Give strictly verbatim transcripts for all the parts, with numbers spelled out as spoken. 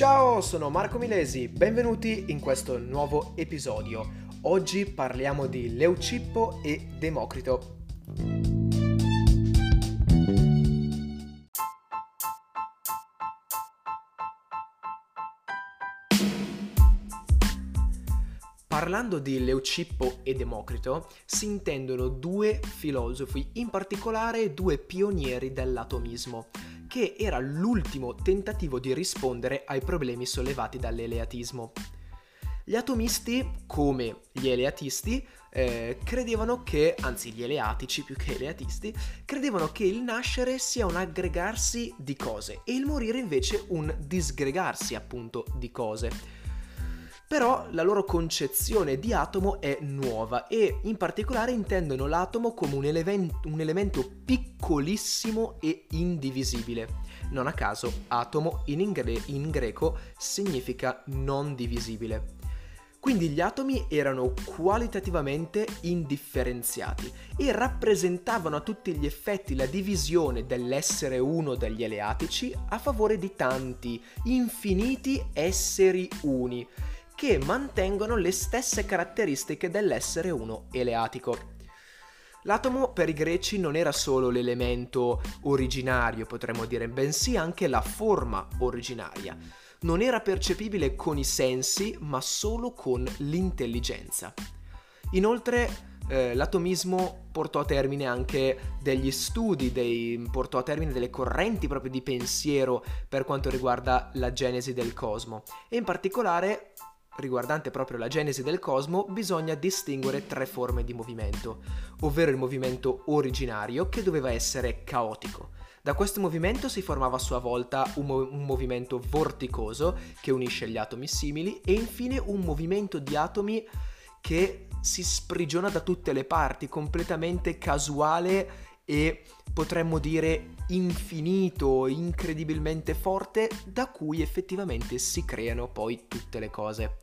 Ciao, sono Marco Milesi, benvenuti in questo nuovo episodio. Oggi parliamo di Leucippo e Democrito. Parlando di Leucippo e Democrito, si intendono due filosofi, in particolare due pionieri dell'atomismo, che era l'ultimo tentativo di rispondere ai problemi sollevati dall'eleatismo. Gli atomisti, come gli eleatisti, eh, credevano che, anzi gli eleatici più che eleatisti, credevano che il nascere sia un aggregarsi di cose e il morire invece un disgregarsi appunto di cose. Però la loro concezione di atomo è nuova e in particolare intendono l'atomo come un, eleven- un elemento piccolissimo e indivisibile. Non a caso atomo in, ingre- in greco significa non divisibile. Quindi gli atomi erano qualitativamente indifferenziati e rappresentavano a tutti gli effetti la divisione dell'essere uno degli eleatici a favore di tanti, infiniti esseri uni, che mantengono le stesse caratteristiche dell'essere uno eleatico. L'atomo per i greci non era solo l'elemento originario, potremmo dire, bensì anche la forma originaria. Non era percepibile con i sensi, ma solo con l'intelligenza. Inoltre, eh, l'atomismo portò a termine anche degli studi, dei, portò a termine delle correnti proprio di pensiero per quanto riguarda la genesi del cosmo. E in particolare, riguardante proprio la genesi del cosmo, bisogna distinguere tre forme di movimento, ovvero il movimento originario, che doveva essere caotico. Da questo movimento si formava a sua volta un, mo- un movimento vorticoso che unisce gli atomi simili e infine un movimento di atomi che si sprigiona da tutte le parti, completamente casuale e potremmo dire infinito, incredibilmente forte, da cui effettivamente si creano poi tutte le cose.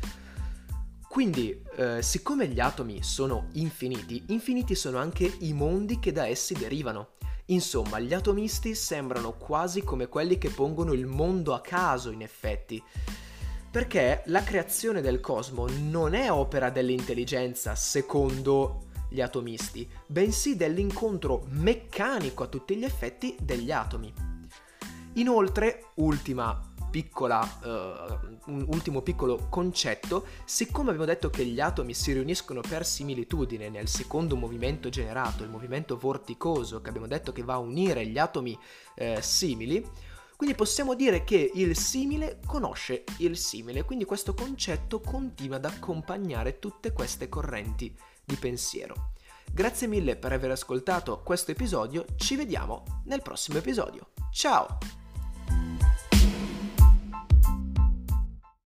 Quindi, eh, siccome gli atomi sono infiniti, infiniti sono anche i mondi che da essi derivano. Insomma, gli atomisti sembrano quasi come quelli che pongono il mondo a caso, in effetti. Perché la creazione del cosmo non è opera dell'intelligenza, secondo gli atomisti, bensì dell'incontro meccanico a tutti gli effetti degli atomi. Inoltre, ultima piccola, uh, un ultimo piccolo concetto, siccome abbiamo detto che gli atomi si riuniscono per similitudine nel secondo movimento generato, il movimento vorticoso, che abbiamo detto che va a unire gli atomi eh, simili, quindi possiamo dire che il simile conosce il simile, quindi questo concetto continua ad accompagnare tutte queste correnti di pensiero. Grazie mille per aver ascoltato questo episodio, ci vediamo nel prossimo episodio. Ciao!